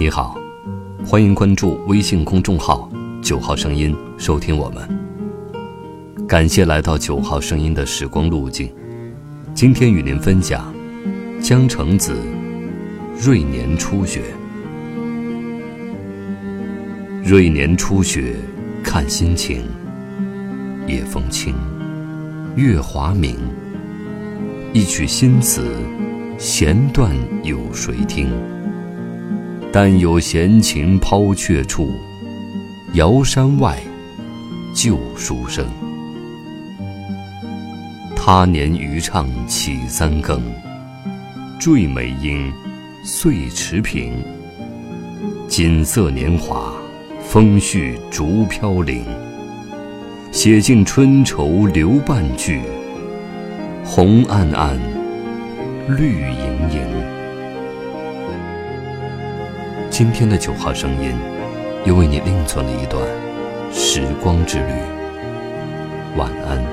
你好，欢迎关注微信公众号9号声音，收听我们。感谢来到9号声音的时光路径。今天与您分享江城子闰年初雪。闰年初雪看心情，夜风轻，月华明，一曲新词弦断有谁听？但有闲情抛却处，遥山外旧书声。他年渔唱起3更，坠美音岁迟平。锦瑟年华，风絮竹飘零。写尽春愁留半句，红暗暗，绿盈盈。今天的9号声音，又为你另存了一段时光之旅。晚安。